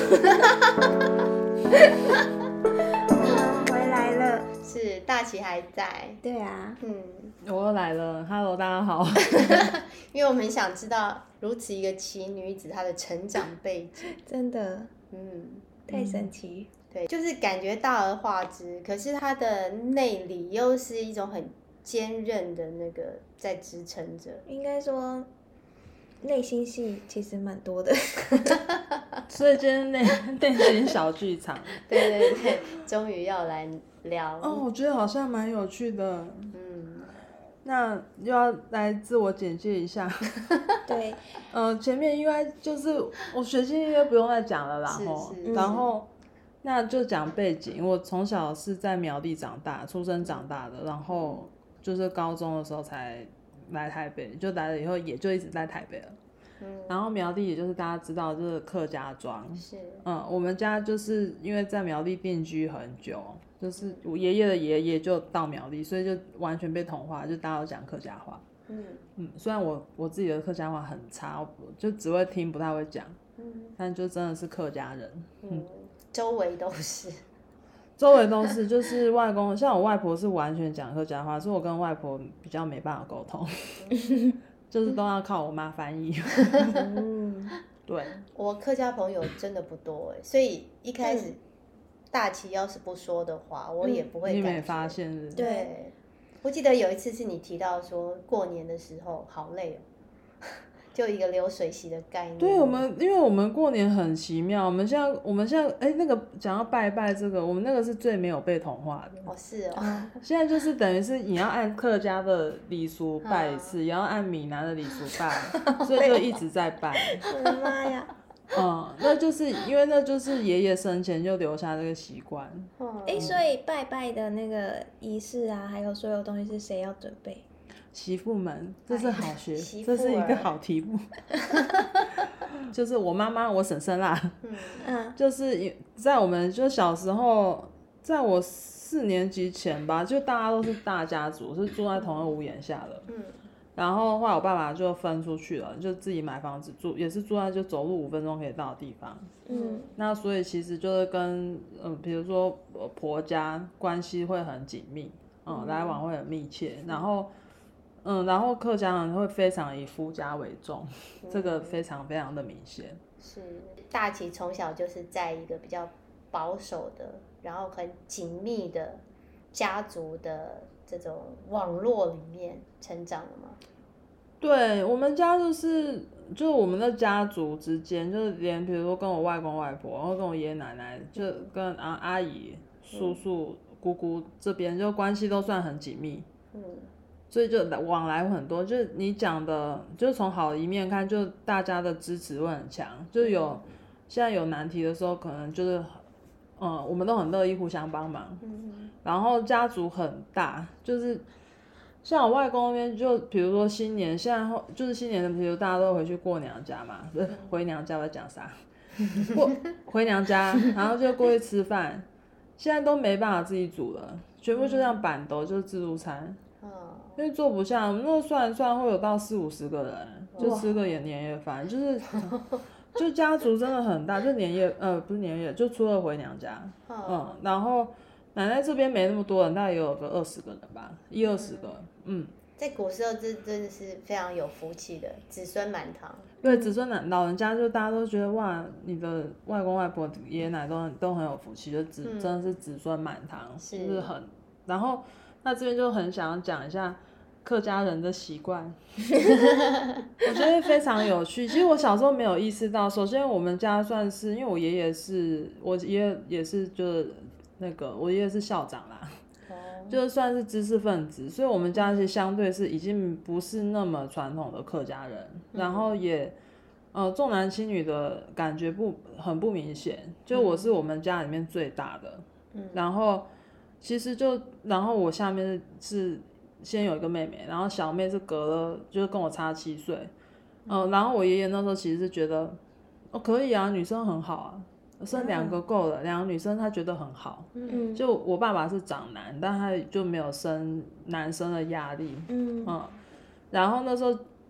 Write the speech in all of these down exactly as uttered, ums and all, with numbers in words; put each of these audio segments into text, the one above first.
回来了， 是大齐还在。 对啊， 嗯， 我又来了 ，Hello， 大家好。 因为我们很想知道如此一个奇女子她的成长背景。 真的嗯， 太神奇。 对，就是感觉大而化之，可是她的内里又是一种很坚韧的那个在支撑着。 应该说内心戏其实蛮多的。 所以今天内内心小剧场， 对对对，终于要来聊。 哦，我觉得好像蛮有趣的。 嗯， 那又要来自我简介一下。 对， 呃，前面应该就是我学经历不用再讲了啦， 是吼是然后那就讲背景。我从小是在苗栗长大，出生长大的，然后就是高中的时候才来台北，就来了以后也就一直在台北了。 嗯， 然后苗栗也就是大家知道就是客家庄， 是， 嗯，我们家就是因为在苗栗定居很久，就是我爷爷的爷爷就到苗栗，所以就完全被同化，就大家都讲客家话。 嗯嗯，虽然我我自己的客家话很差，我就只会听不太会讲， 嗯但就真的是客家人， 嗯，周围都是。 周围都是，就是外公，像我外婆是完全讲客家话，所以我跟外婆比较没办法沟通，就是都要靠我妈翻译。 嗯， 对， 我客家朋友真的不多哎，所以一开始大齐要是不说的话，我也不会你感觉。 没发现是不是？ 对，我记得有一次是你提到说过年的时候好累哦，就一个流水席的概念。 对我们，因为我们过年很奇妙，我们现在我们现在哎、那个讲到拜拜这个，我们那个是最没有被同化的。 哦是哦， 现在就是等于是你要按客家的礼俗拜一次，也要按闽南的礼俗拜，所以就一直在拜。 我的妈呀！ 嗯，那就是因为那就是爷爷生前就留下这个习惯。 哎、所以拜拜的那个仪式啊，还有所有东西是谁要准备？ 媳妇们，这是好学， 媳妇儿这是一个好题目。就是我妈妈，我婶婶啦， 嗯， 就是在我们就小时候，在我四年级前吧，就大家都是大家族，是住在同一个屋檐下的。 嗯然后后来我爸爸就分出去了，就自己买房子住，也是住在就走路五分钟可以到的地方。 嗯， 那所以其实就是跟嗯，比如说呃婆家关系会很紧密，嗯，来往会很密切。然后嗯，然后客家人会非常以夫家为重，这个非常非常的明显。 是大齐从小就是在一个比较保守的，然后很紧密的家族的这种网络里面成长的吗？ 对我们家就是就是我们的家族之间，就是连比如说跟我外公外婆，然后跟我爷爷奶奶，就跟阿阿姨、叔叔、姑姑这边就关系都算很紧密。 嗯所以就往来会很多，就是你讲的，就是从好的一面看，就大家的支持会很强，就是有现在有难题的时候，可能就是，嗯，我们都很乐意互相帮忙。 嗯然后家族很大，就是像我外公那边，就比如说新年，现在就是新年的，比如大家都回去过娘家嘛，不是回娘家，我在讲啥？过回娘家，然后就过去吃饭，现在都没办法自己煮了，全部就像板豆，就是自助餐。 嗯因为做不下，我们那算一算会有到四五十个人，就吃个年年夜饭，就是就家族真的很大，就年夜呃不是年夜，就初二回娘家，嗯，然后奶奶这边没那么多人，大概也有个二十个人吧，一二十个，嗯， 在古时候这真的是非常有福气的，子孙满堂。 对，子孙老人家就大家都觉得哇，你的外公外婆爷爷奶奶都很都很有福气，就子、 嗯真的是子孙满堂， 是就是很，然后那这边就很想要讲一下。客家人的习惯，我觉得非常有趣。其实我小时候没有意识到，首先我们家算是，因为我爷爷是，我爷爷也是，就是那个我爷爷是校长啦， 哦， 就算是知识分子，所以我们家其实相对是已经不是那么传统的客家人，然后也呃重男轻女的感觉不很不明显，就我是我们家里面最大的， 嗯然后其实就然后我下面是先有一个妹妹，然后小妹是隔了就是跟我差七岁，嗯、呃，然后我爷爷那时候其实是觉得哦可以啊，女生很好啊。生两个够了，两个女生他觉得很好。 嗯就我爸爸是长男，但他就没有生男生的压力。 嗯嗯，然后那时候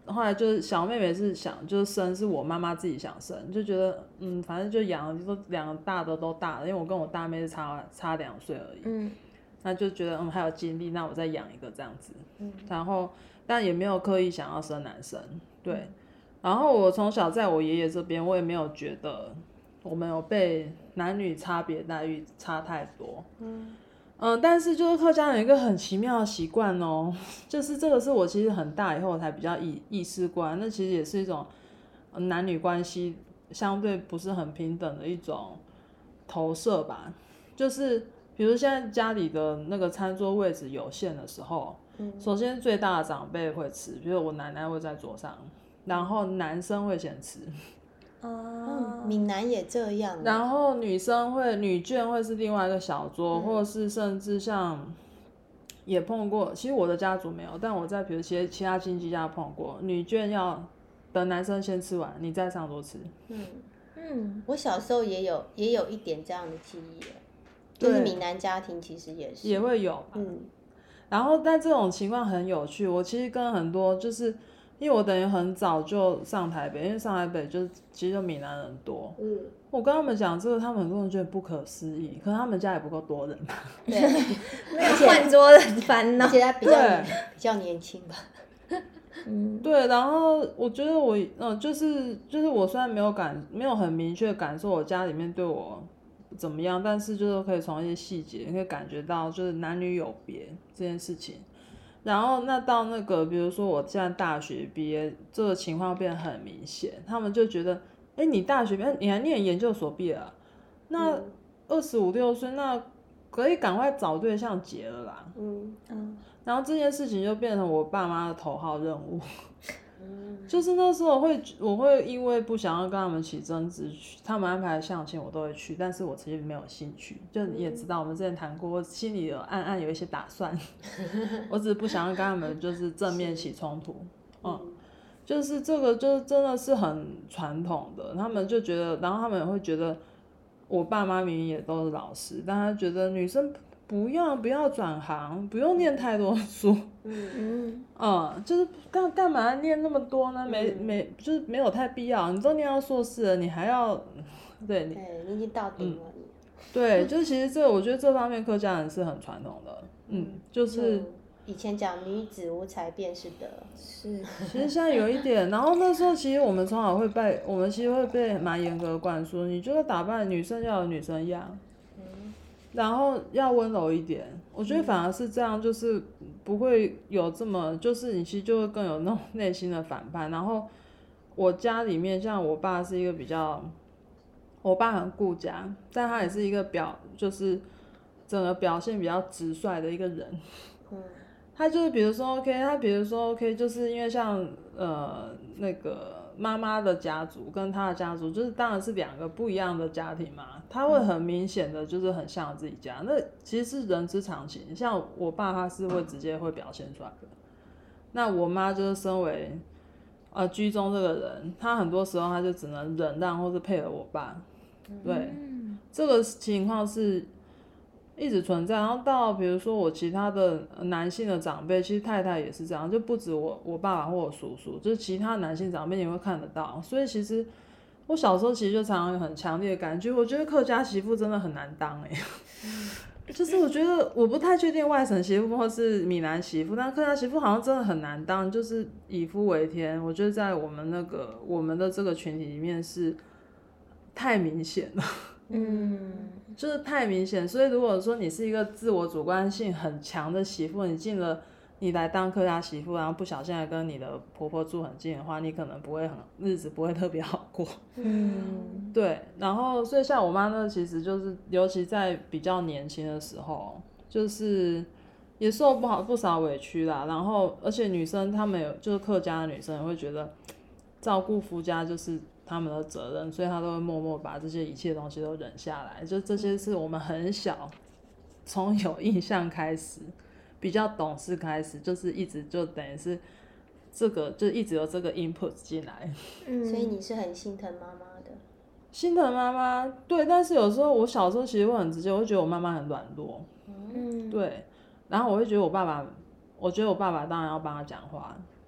后来就是小妹妹是想就是生是我妈妈自己想生，就觉得嗯反正就养就两个大的都大了，因为我跟我大妹是差差两岁而已， 嗯， 那就觉得嗯还有精力，那我再养一个这样子， 嗯， 然后但也没有刻意想要生男生，对，嗯、然后我从小在我爷爷这边，我也没有觉得我们有被男女差别待遇差太多，嗯。嗯，但是就是客家人有一个很奇妙的习惯哦，就是这个是我其实很大以后才比较意意识过来，那其实也是一种男女关系相对不是很平等的一种投射吧。就是比如现在家里的那个餐桌位置有限的时候，嗯、首先最大的长辈会吃，比如我奶奶会在桌上，然后男生会先吃。 哦，闽南也这样。 然后女生会女眷会是另外一个小桌，嗯、或者是甚至像也碰过，其实我的家族没有，但我在比如其其他亲戚家碰过，女眷要等男生先吃完，你再上桌吃。 嗯嗯，我小时候也有也有一点这样的记忆，就是闽南家庭其实也是也会有，嗯。然后但这种情况很有趣，我其实跟很多就是。因为我等于很早就上台北，因为上台北就其实就闽南人多。嗯，我跟他们讲这个，他们很多人觉得不可思议，可是他们家也不够多人嘛。 对， 没有换桌的烦恼。 而且他比较比较年轻吧。 嗯，对。然后我觉得我嗯，就是就是我虽然没有感没有很明确感受我家里面对我怎么样，但是就是可以从一些细节可以感觉到就是男女有别这件事情。然后那到那个比如说我现在大学毕业，这个情况变得很明显，他们就觉得哎你大学毕业你还念研究所毕业了，那二十五六岁那可以赶快找对象结了啦。嗯嗯，然后这件事情就变成我爸妈的头号任务。嗯，就是那时候会我会因为不想要跟他们起争执，他们安排的相亲我都会去，但是我其实没有兴趣，就你也知道我们之前谈过，我心里有暗暗有一些打算，我只是不想要跟他们就是正面起冲突。嗯，就是这个就真的是很传统的，他们就觉得，然后他们也会觉得我爸妈明明也都是老师，但他觉得女生不要不要转行，不用念太多书。嗯嗯，嗯，就是干干嘛念那么多呢？没没就是没有太必要。你都念到硕士了，你还要对？ 对，你已经到顶了。嗯、 对，就是其实这我觉得这方面客家人是很传统的。嗯，就是。 以前讲女子无才便是德， 是， 其实现在有一点，然后那时候其实我们从小会被，我们其实会被蛮严格的灌输，你就是打扮女生要有女生样，嗯，然后要温柔一点，我觉得反而是这样，就是不会有这么，就是你其实就会更有那种内心的反叛。然后我家里面像我爸是一个比较，我爸很顾家，但他也是一个表，就是整个表现比较直率的一个人，嗯。他就是比如说 OK， 他比如说 OK， 就是因为像呃那个妈妈的家族跟他的家族，就是当然是两个不一样的家庭嘛，他会很明显的就是很像自己家，那其实是人之常情。像我爸他是会直接会表现出来的，那我妈就是身为呃居中这个人，她很多时候她就只能忍让或是配合我爸，对，嗯、这个情况是。一直存在，然后到比如说我其他的男性的长辈，其实太太也是这样，就不止我我爸爸或我叔叔，就是其他男性长辈你会看得到。所以其实我小时候其实就常常有很强烈的感觉，我觉得客家媳妇真的很难当哎、欸，就是我觉得我不太确定外省媳妇或是闽南媳妇，但客家媳妇好像真的很难当，就是以夫为天。我觉得在我们那个我们的这个群体里面是太明显了。嗯，就是太明显，所以如果说你是一个自我主观性很强的媳妇，你进了你来当客家媳妇，然后不小心还跟你的婆婆住很近的话，你可能不会很日子不会特别好过。嗯，对，然后所以像我妈那其实就是尤其在比较年轻的时候，就是也受不好不少委屈啦，然后而且女生她们有就是客家的女生也会觉得照顾夫家就是他们的责任，所以他都会默默把这些一切东西都忍下来。就这些是我们很小，从有印象开始，比较懂事开始，就是一直就等于是这个，就一直有这个 input 进来。 嗯，所以你是很心疼妈妈的。 心疼妈妈，对，但是有时候我小时候其实会很直接，我会觉得我妈妈很软弱。嗯，对，然后我会觉得我爸爸，我觉得我爸爸当然要帮他讲话。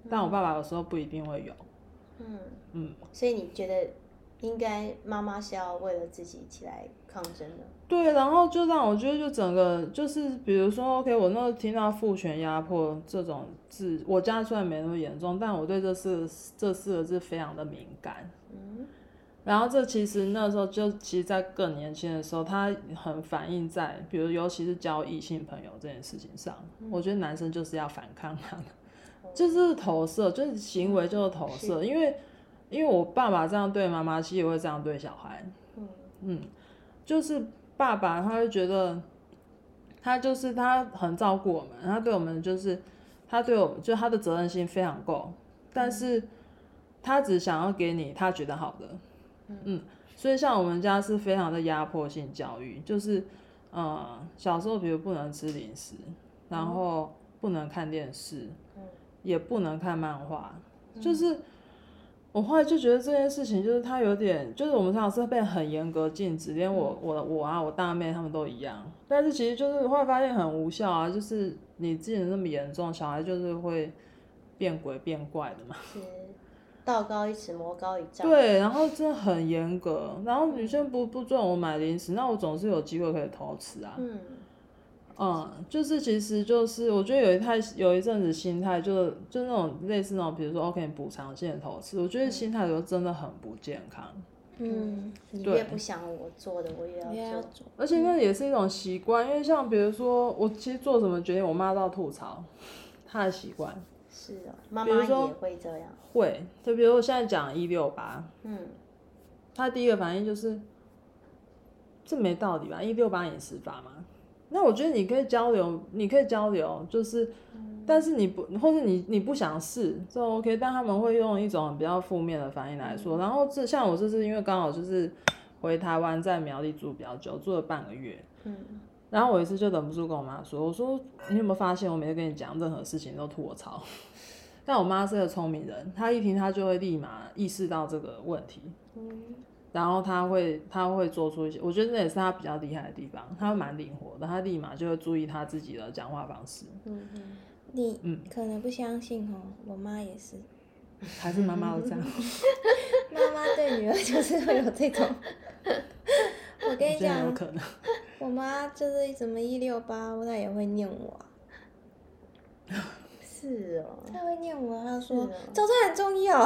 但我爸爸有时候不一定会有。 嗯嗯， 所以你觉得应该妈妈是要为了自己起来抗争的？ 对，然后就让我觉得就整个就是比如说 OK， 我那时候听到父权压迫这种字，我家虽然没那么严重，但我对这四个这四个字非常的敏感。 嗯， 然后这其实那时候就其实在更年轻的时候，它很反映在比如尤其是交异性朋友这件事情上，嗯、我觉得男生就是要反抗他的，就是投射，就是行为就是投射，因为因为我爸爸这样对妈妈，其实也会这样对小孩。嗯嗯，就是爸爸他会觉得他就是他很照顾我们，他对我们就是他对我就他的责任心非常够，但是他只想要给你他觉得好的。嗯，所以像我们家是非常的压迫性教育，就是呃小时候比如不能吃零食，然后不能看电视，也不能看漫画，就是我后来就觉得这件事情就是他有点，就是我们常常是被很严格禁止，连我我我啊我大妹他们都一样，但是其实就是后来发现很无效啊，就是你禁止那么严重，小孩就是会变鬼变怪的嘛。 是道高一尺魔高一丈。 对，然后真的很严格，然后女生不不准我买零食，那我总是有机会可以偷吃啊。嗯。嗯，就是其实就是我觉得有一太有一阵子心态就就那种类似那种比如说 OK 补偿性的投资，我觉得心态有时候真的很不健康。 嗯，你越不想我做的我也要做，做而且那也是一种习惯，因为像比如说我其实做什么决定，我妈都要吐槽，她的习惯。 是哦，妈妈也会这样。 会，就比如我现在讲一六八，嗯，她第一个反应就是这没道理吧，一六八饮食法嘛。那我觉得你可以交流，你可以交流，就是，嗯、但是你不，或者你你不想试，这 OK， 但他们会用一种比较负面的反应来说。嗯、然后这像我这次因为刚好就是回台湾，在苗栗住比较久，住了半个月。嗯。然后我一次就忍不住跟我妈说：“我说你有没有发现，我每次跟你讲任何事情都吐我槽？”但我妈是个聪明人，她一听她就会立马意识到这个问题。嗯。然后他会，他会做出一些，我觉得那也是他比较厉害的地方，他蛮灵活的，他立马就会注意他自己的讲话方式。 嗯嗯，你嗯可能不相信哦，我妈也是， 还是妈妈都这样。 妈妈对女儿就是会有这种。我跟你讲， 有可能。 我妈就是什么一六八，她也会念我、 啊。是哦。 她会念我，她说、哦、早餐很重要。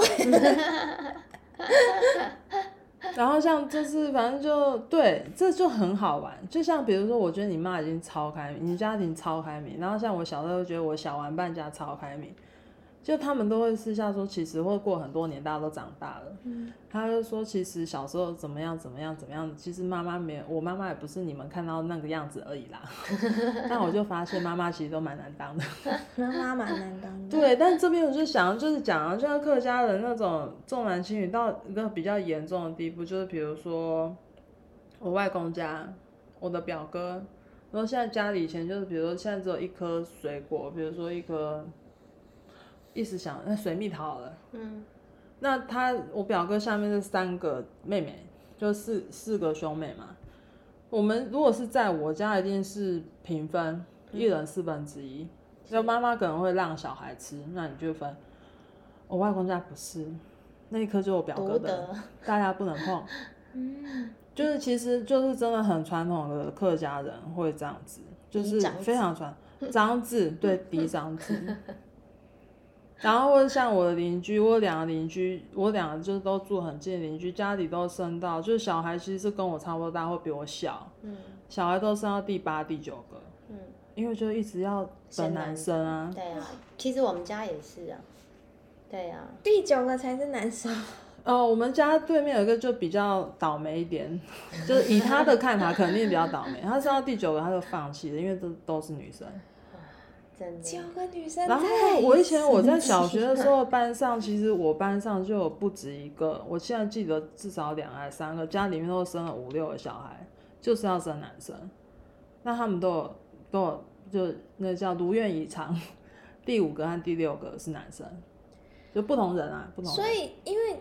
然后像就是反正就对，这就很好玩。就像比如说，我觉得你妈已经超开明，你家庭超开明。然后像我小时候觉得我小玩伴家超开明，就他们都会私下说，其实会过很多年，大家都长大了。嗯，他就说，其实小时候怎么样怎么样怎么样，其实妈妈没有，我妈妈也不是你们看到那个样子而已啦。但我就发现妈妈其实都蛮难当的。 妈妈蛮难当的。 对，但这边我就想就是讲啊，就像客家人那种重男轻女到一个比较严重的地步，就是比如说我外公家，我的表哥，然后现在家里以前就是比如说现在只有一颗水果，比如说一颗。一时想那水蜜桃好了，嗯，那他我表哥下面是三个妹妹，就四四个兄妹嘛。我们如果是在我家，一定是平分，嗯、一人四分之一。就妈妈可能会让小孩吃，那你就分。我外公家不是，那一颗就我表哥的，大家不能碰。嗯，就是其实就是真的很传统的客家人会这样子，就是非常传长子对嫡长子。然后或者像我的邻居，我有两个邻居，我两个就是都住很近的邻居，家里都生到，就是小孩其实是跟我差不多大，或比我小，嗯，小孩都生到第八、第九个，嗯，因为就一直要等男生啊。 对啊，其实我们家也是啊，对啊， 第九个才是男生。 哦，我们家对面有一个就比较倒霉一点，就是以他的看法肯定比较倒霉，他生到第九个他就放弃了，因为都都是女生。 九个女生。 然后我以前我在小学的时候，班上其实我班上就有不止一个，我现在记得至少两还三个，家里面都生了五六个小孩，就是要生男生。那他们都有都有就那叫如愿以偿，第五个和第六个是男生，就不同人啊，不同人。 所以因为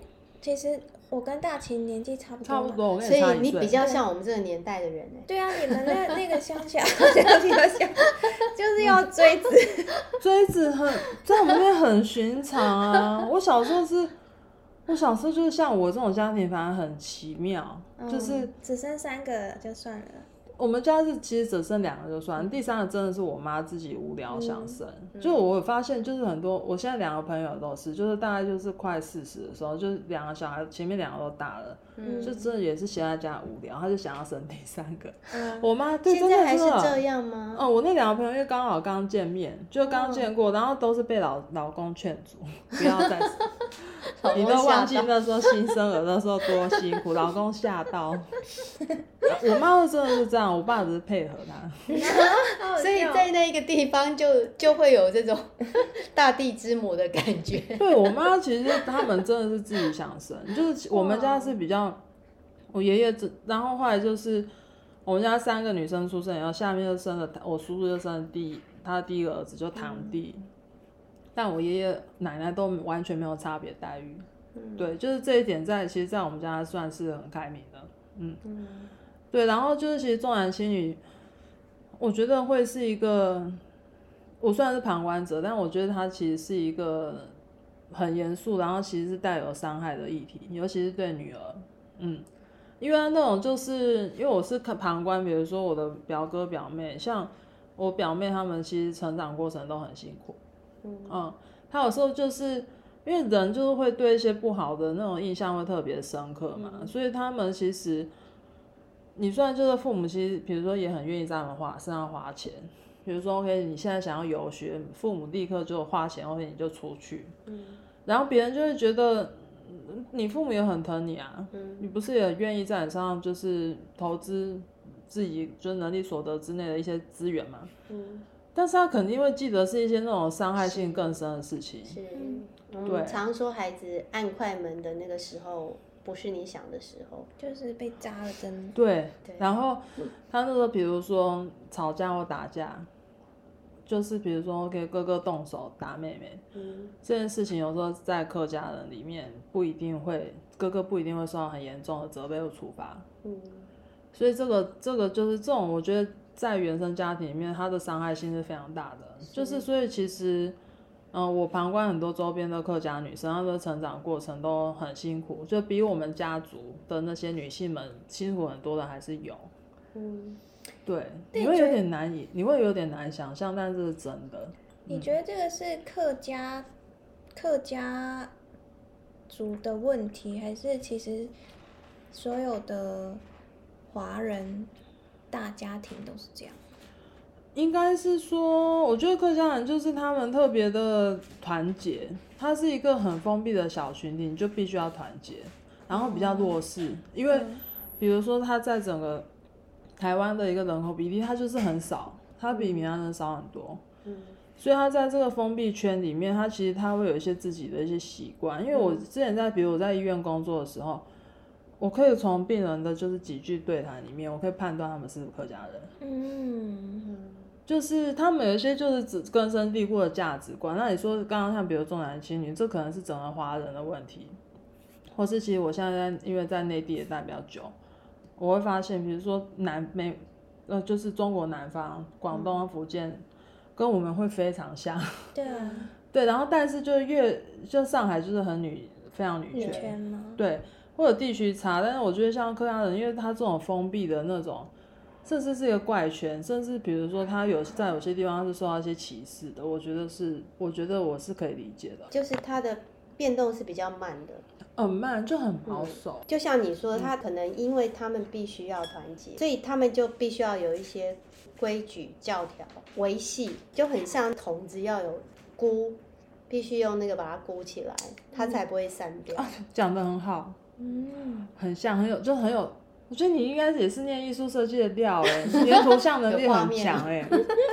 其实我跟大秦年纪差不多， 差不多，我跟所你差一岁。 以你比较像我们这个年代的人呢。 对啊，你们那那个乡下，乡下乡就是要锥子， 锥子很在我们那边很寻常啊。我小时候是，我小时候就是像我这种家庭，反而很奇妙， 嗯、 就是只剩三个就算了。 我们家是其实只剩两个就算，第三个真的是我妈自己无聊想生。 嗯、 就我发现，就是很多我现在两个朋友都是，就是大概就是快四十的时候，就是两个小孩前面两个都大了，嗯、就真的也是闲在家无聊，他就想要生第三个。嗯、我妈对现在还是这样吗？ 哦、嗯，我那两个朋友因为刚好刚见面，就刚见过，哦、然后都是被老老公劝阻，不要再生。你都忘记那时候新生儿那时候多辛苦，老公吓到。我妈真的是这样，我爸只是配合她。 所以在那一个地方就就会有这种大地之母的感觉。 对我妈其实他们真的是自己想生，就是我们家是比较，我爷爷然后后来就是我们家三个女生出生以后，下面就生了我叔叔就生了第他的第一个儿子就堂弟。嗯，但我爷爷奶奶都完全没有差别待遇。嗯、对，就是这一点在其实在我们家算是很开明的。嗯，嗯对，然后就是其实重男轻女，我觉得会是一个，我虽然是旁观者，但我觉得它其实是一个很严肃，然后其实是带有伤害的议题，尤其是对女儿。嗯，因为那种就是因为我是看旁观，比如说我的表哥表妹，像我表妹他们其实成长过程都很辛苦。嗯, 嗯，他有时候就是因为人就是会对一些不好的那种印象会特别深刻嘛，嗯、所以他们其实，你虽然就是父母其实比如说也很愿意在他们花身上花钱，比如说 OK 你现在想要游学，父母立刻就花钱 OK 你就出去，嗯、然后别人就会觉得你父母也很疼你啊，嗯、你不是也愿意在你身上就是投资自己就是能力所得之内的一些资源嘛，嗯但是他肯定会记得是一些那种伤害性更深的事情。 是，我们常说孩子按快门的那个时候，不是你想的时候， 就是被扎了针。 对，对然后他那时候比如说吵架或打架，就是比如说给哥哥动手打妹妹，嗯，这件事情有时候在客家人里面不一定会，哥哥不一定会受到很严重的责备或处罚。嗯，所以这个这个就是这种，我觉得。在原生家庭里面，它的伤害性是非常大的，是就是所以其实，嗯、呃，我旁观很多周边的客家女生，她的成长过程都很辛苦，就比我们家族的那些女性们辛苦很多的还是有。嗯，对，你会有点难以，你会有点难想象，但这是真的。 你觉得这个是客家客家族的问题，还是其实所有的华人？大家庭都是这样， 应该是说，我觉得客家人就是他们特别的团结，它是一个很封闭的小群体，你就必须要团结，然后比较弱势，嗯、因为比如说他在整个台湾的一个人口比例，它就是很少，它比闽南人少很多，嗯，所以他在这个封闭圈里面，他其实他会有一些自己的一些习惯，因为我之前在，比如我在医院工作的时候。我可以从病人的就是几句对谈里面，我可以判断他们是不是客家人。嗯，就是他们有一些就是只根深蒂固的价值观。那你说刚刚像比如重男轻女，这可能是整个华人的问题，或是其实我现在在因为在内地也待比较久，我会发现，比如说南美呃就是中国南方、广东、福建，跟我们会非常像。 对啊。 对，然后但是就越就上海就是很女非常女权。 女权吗？ 对。或者地区差，但是我觉得像客家人，因为他这种封闭的那种，甚至是一个怪圈，甚至比如说他有在有些地方是受到一些歧视的，我觉得是，我觉得我是可以理解的。 就是他的变动是比较慢的， 很慢，就很保守。 嗯、就像你说，他可能因为他们必须要团结，嗯、所以他们就必须要有一些规矩教条维系，就很像筒子要有箍，必须用那个把它箍起来，它才不会散掉。 啊、讲得很好。嗯，很像，很有，就很有。我觉得你应该也是念艺术设计的料哎，你的图像能力很强哎。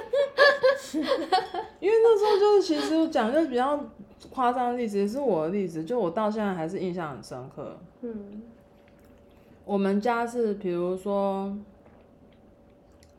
因为那时候就是其实我讲个比较夸张的例子，也是我的例子，就我到现在还是印象很深刻。嗯，我们家是比如说，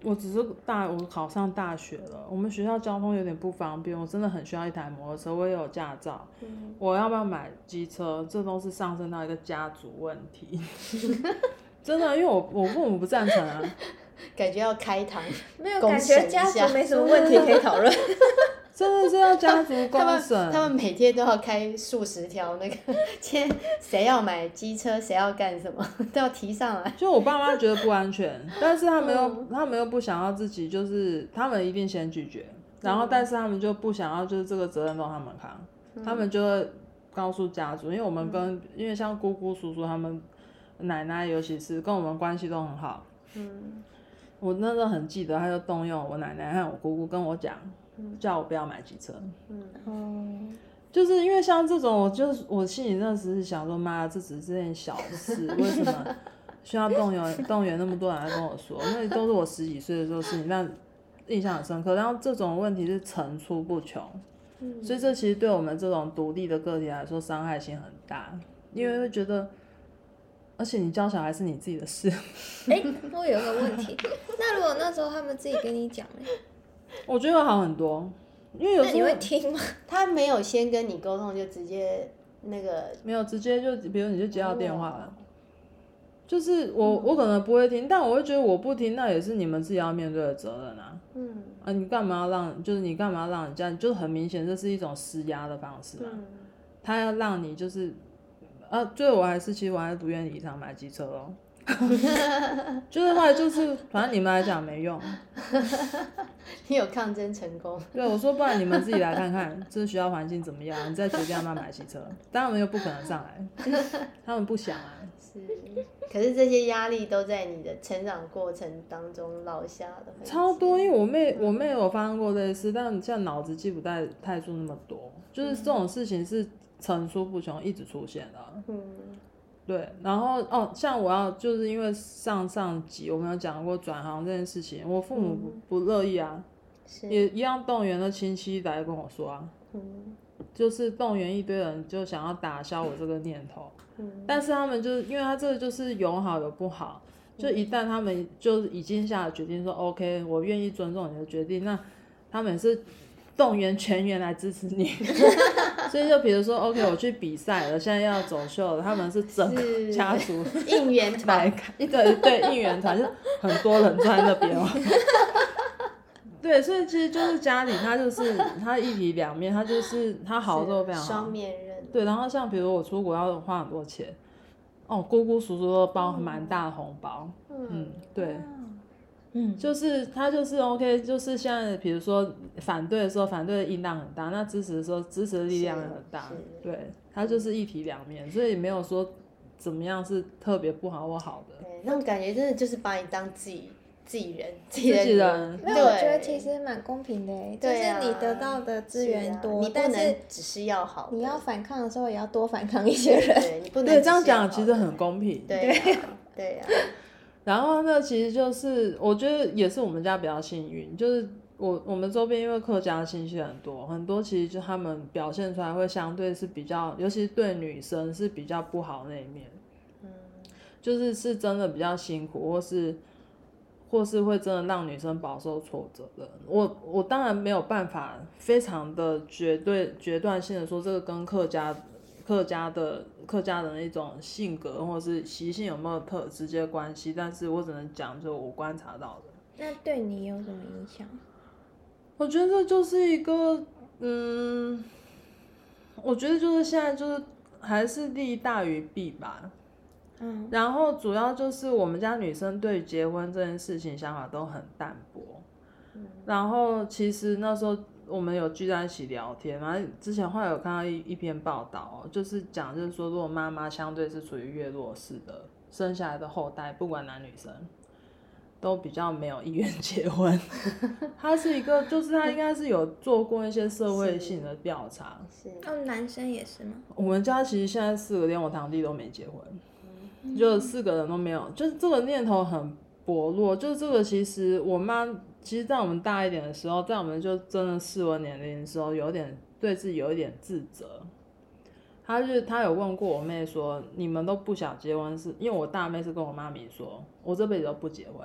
我只是大我考上大学了，我们学校交通有点不方便，我真的很需要一台摩托车，我也有驾照，嗯、我要不要买机车，这都是上升到一个家族问题。真的，因为我我父母不赞成啊。 感觉要开堂， 没有感觉家族没什么问题可以讨论。 真的是要家族公审， 他们每天都要开数十条那个，今天谁要买机车，谁要干什么，都要提上来。 就我爸妈觉得不安全，但是他们又、嗯、他们又不想要自己，就是他们一定先拒绝，然后但是他们就不想要，就是这个责任都他们扛，嗯、他们就会告诉家族，因为我们跟、嗯、因为像姑姑叔叔他们奶奶，尤其是跟我们关系都很好。嗯，我那时候很记得，他就动用我奶奶和我姑姑跟我讲。叫我不要买机车，嗯哦，就是因为像这种，我就是我心里那时是想说，妈，这只是件小事，为什么需要动员动员那么多人来跟我说？那都是我十几岁的时候事情，但印象很深刻。然后这种问题是层出不穷，嗯，所以这其实对我们这种独立的个体来说伤害性很大，因为会觉得，而且你教小孩是你自己的事。 哎、欸，我有个问题，那如果那时候他们自己跟你讲呢？ 我觉得会好很多，因为有时候那你会听吗？ 他没有先跟你沟通，就直接那个没有直接就，比如你就接到电话了，哦、就是我、嗯、我可能不会听，但我会觉得我不听，那也是你们自己要面对的责任啊。嗯啊，你干嘛要让？就是你干嘛要让人家？就是很明显这是一种施压的方式嘛。嗯、他要让你就是啊，最后我还是其实我还是不愿意离场买机车咯。就是后来就是反正你们来讲没用。 你有抗争成功？ 对，我说不然你们自己来看看这学校环境怎么样，你再决定要不要买汽车。但他们又不可能上来，他们不想啊。 是，可是这些压力都在你的成长过程当中落下的。 超多，因为我妹我妹有发生过类似，但像脑子记不太太住那么多，就是这种事情是层出不穷，一直出现的。嗯。对，然后哦，像我要就是因为上上集我们有讲过转行这件事情，我父母不、嗯、不乐意啊，也一样动员了亲戚来跟我说啊，嗯、就是动员一堆人就想要打消我这个念头，嗯、但是他们就是因为他这个就是有好有不好，就一旦他们就已经下了决定说、嗯、OK 我愿意尊重你的决定，那他们也是动员全员来支持你。所以就比如说 OK 我去比赛了，现在要走秀了，他们是整个家族应援团， 对对应援团就很多人在那边。对，所以其实就是家里他就是他一体两面，他就是他好的时候非常好， 双面人。 对，然后像比如我出国要花很多钱，哦，姑姑叔叔都包蛮大的红包，嗯, 嗯对。嗯，就是他就是 OK， 就是现在比如说反对的时候，反对的音量很大，那支持的时候，支持的力量也很大，对，他就是一体两面，所以没有说怎么样是特别不好或好的。 对，那种感觉真的就是把你当自己自己人，自己人。 自己人没有，我觉得其实蛮公平的诶，就是你得到的资源多， 啊、你不能只是要好， 你要反抗的时候也要多反抗一些人。 对，你不能对这样讲其实很公平。 对啊，对啊。 然后呢，其实就是我觉得也是我们家比较幸运，就是我我们周边因为客家亲戚很多，很多其实就他们表现出来会相对是比较，尤其是对女生是比较不好那一面，嗯，就是是真的比较辛苦，或是或是会真的让女生饱受挫折的。我我当然没有办法非常的绝对决断性的说这个跟客家客家的客家人的一种性格或是习性有没有特直接关系，但是我只能讲就我观察到的。 那对你有什么影响？ 我觉得这就是一个嗯，我觉得就是现在就是还是利大于弊吧。嗯，然后主要就是我们家女生对结婚这件事情想法都很淡薄。嗯，然后其实那时候我们有聚在一起聊天，然后之前后来有看到 一, 一篇报道、哦、就是讲就是说如果妈妈相对是处于越弱势的，生下来的后代不管男女生都比较没有意愿结婚。他是一个就是他应该是有做过一些社会性的调查。 是哦，男生也是吗？ 我们家其实现在四个连我堂弟都没结婚，嗯、就四个人都没有，就是这个念头很薄弱。就是这个其实我妈其实在我们大一点的时候，在我们就真的适婚年龄的时候，有点对自己有一点自责。他就他有问过我妹说，你们都不想结婚是因为我大妹是跟我妈咪说，我这辈子都不结婚，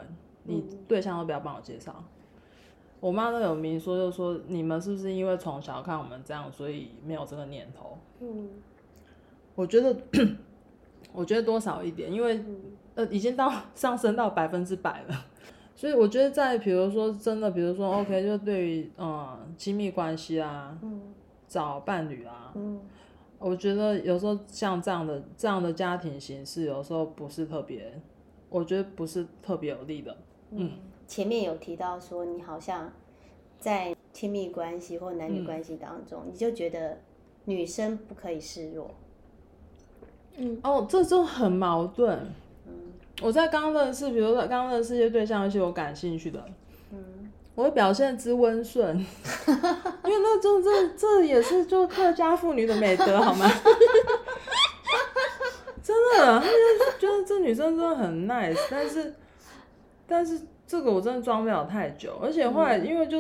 你对象都不要帮我介绍。我妈都有明说，就说你们是不是因为从小看我们这样，所以没有这个念头？嗯，我觉得，我觉得多少一点，因为、嗯、呃已经到上升到百分之百了，所以我觉得在比如说真的，比如说 OK， 就对于呃亲密关系啊，嗯、找伴侣啊，嗯、我觉得有时候像这样的这样的家庭形式，有时候不是特别，我觉得不是特别有利的，嗯。嗯前面有提到说，你好像在亲密关系或男女关系当中，嗯、你就觉得女生不可以示弱。 嗯，哦，这就很矛盾。嗯，我在刚认识，比如说刚认识一些对象，一些我感兴趣的，嗯，我会表现之温顺，因为那就这这也是就客家妇女的美德，好吗？真的，就是这女生真的很 nice， 但是但是。这个我真的装不了太久，而且后来因为就是、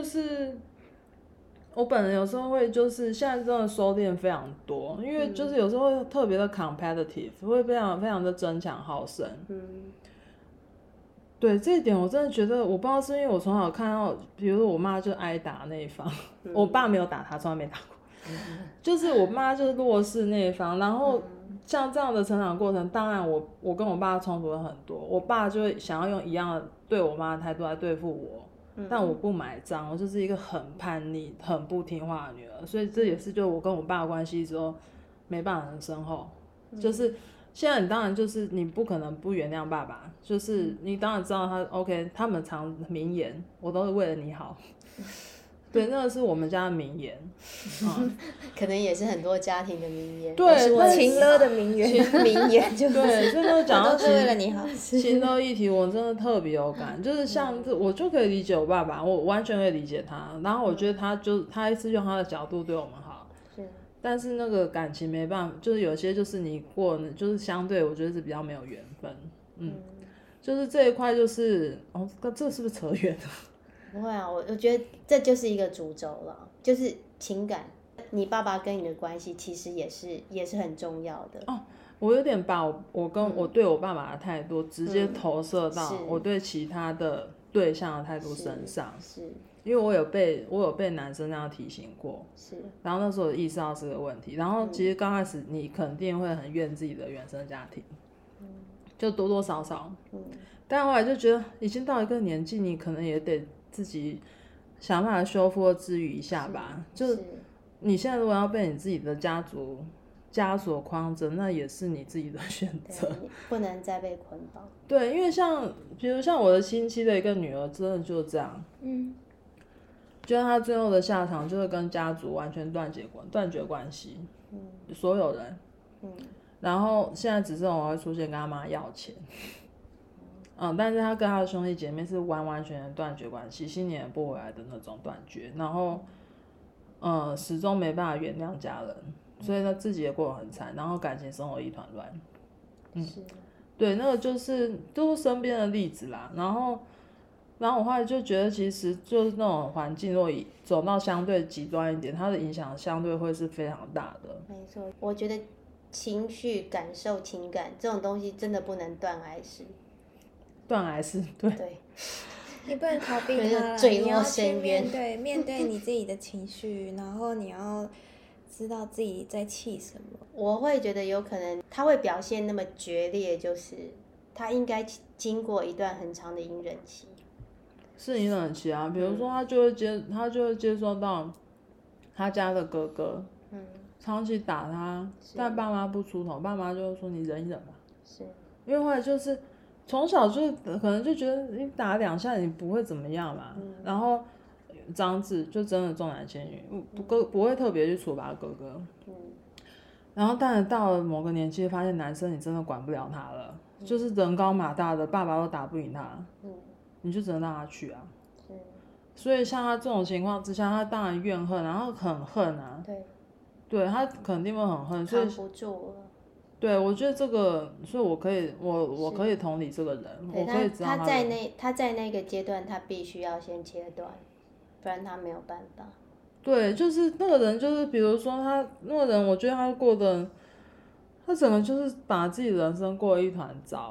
嗯、我本人有时候会就是现在真的收敛非常多，因为就是有时候会特别的 competitive， 会非常非常的争强好胜。嗯，对这一点我真的觉得，我不知道是因为我从小看到，比如说我妈就挨打那一方，嗯、我爸没有打她，从来没打过，嗯、就是我妈就是弱势那一方，然后。像这样的成长过程，当然我我跟我爸冲突了很多，我爸就会想要用一样的对我妈的态度来对付我，嗯、但我不买账，我就是一个很叛逆、很不听话的女儿，所以这也是就我跟我爸的关系之后没办法很深厚。嗯、就是现在你当然就是你不可能不原谅爸爸，就是你当然知道他 OK， 他们常名言，我都是为了你好。对，那个是我们家的名言， 嗯、可能也是很多家庭的名言。 对， 是我情勒的名言，名言就是对，所以那讲到都是为了你好。 情勒议题，我真的特别有感，就是像这，我就可以理解我爸爸，我完全可以理解他。然后我觉得他就他一直用他的角度对我们好，是。但是那个感情没办法，就是有些就是你过，就是相对我觉得是比较没有缘分，嗯，嗯就是这一块就是哦，这是不是扯远了？ 不会啊，我我觉得这就是一个主轴了，就是情感。你爸爸跟你的关系其实也是也是很重要的。 哦，我有点把我我跟、嗯、我对我爸爸的态度直接投射到我对其他的对象的态度身上。是，是因为我有被我有被男生那样提醒过。是。然后那时候我意识到这个问题，然后其实刚开始你肯定会很怨自己的原生家庭，嗯、就多多少少。嗯。但后来就觉得已经到一个年纪，你可能也得。自己想办法修复或治愈一下吧，是就是你现在如果要被你自己的家族枷锁框着，那也是你自己的选择， 不能再被捆绑。 对，因为像比如像我的亲戚的一个女儿，真的就是这样，嗯，就是她最后的下场就是跟家族完全断绝关断绝关系，嗯，所有人，嗯，然后现在只是我会出现跟他妈要钱。嗯，但是他跟他的兄弟姐妹是完完全全断绝关系，新年也不回来的那种断绝，然后，嗯，始终没办法原谅家人，所以他自己也过得很惨，然后感情生活一团乱。嗯，是，对，那个就是都是身边的例子啦。然后，然后我后来就觉得，其实就是那种环境，如果走到相对极端一点，它的影响相对会是非常大的。 没错，我觉得情绪、感受、情感这种东西真的不能断崖式。 断崖式，对， 对你不能逃避它了，你要去面对面对你自己的情绪，然后你要知道自己在气什么。 我会觉得有可能他会表现那么决烈，就是他应该经过一段很长的隐忍期。 是隐忍期啊，比如说他就会接，嗯、他就会接受到他家的哥哥，嗯，长期打他，但爸妈不出头，爸妈就会说你忍一忍吧。是，因为后来就是。从小就可能就觉得你打两下你不会怎么样嘛，嗯、然后长子就真的重男轻女，不不不会特别去处罚哥哥，嗯、然后当然到了某个年纪发现男生你真的管不了他了，嗯、就是人高马大的爸爸都打不赢他，嗯、你就只能让他去啊，嗯、所以像他这种情况之下，他当然怨恨，然后很恨啊，对，对他肯定会很恨，所以扛不住了。 对，我觉得这个，所以我可以，我我可以同理这个人，我可以知道他, 他在那他在那个阶段，他必须要先切断，不然他没有办法。 对，就是那个人，就是比如说他那个人，我觉得他过得，他整个就是把自己的人生过得一团糟，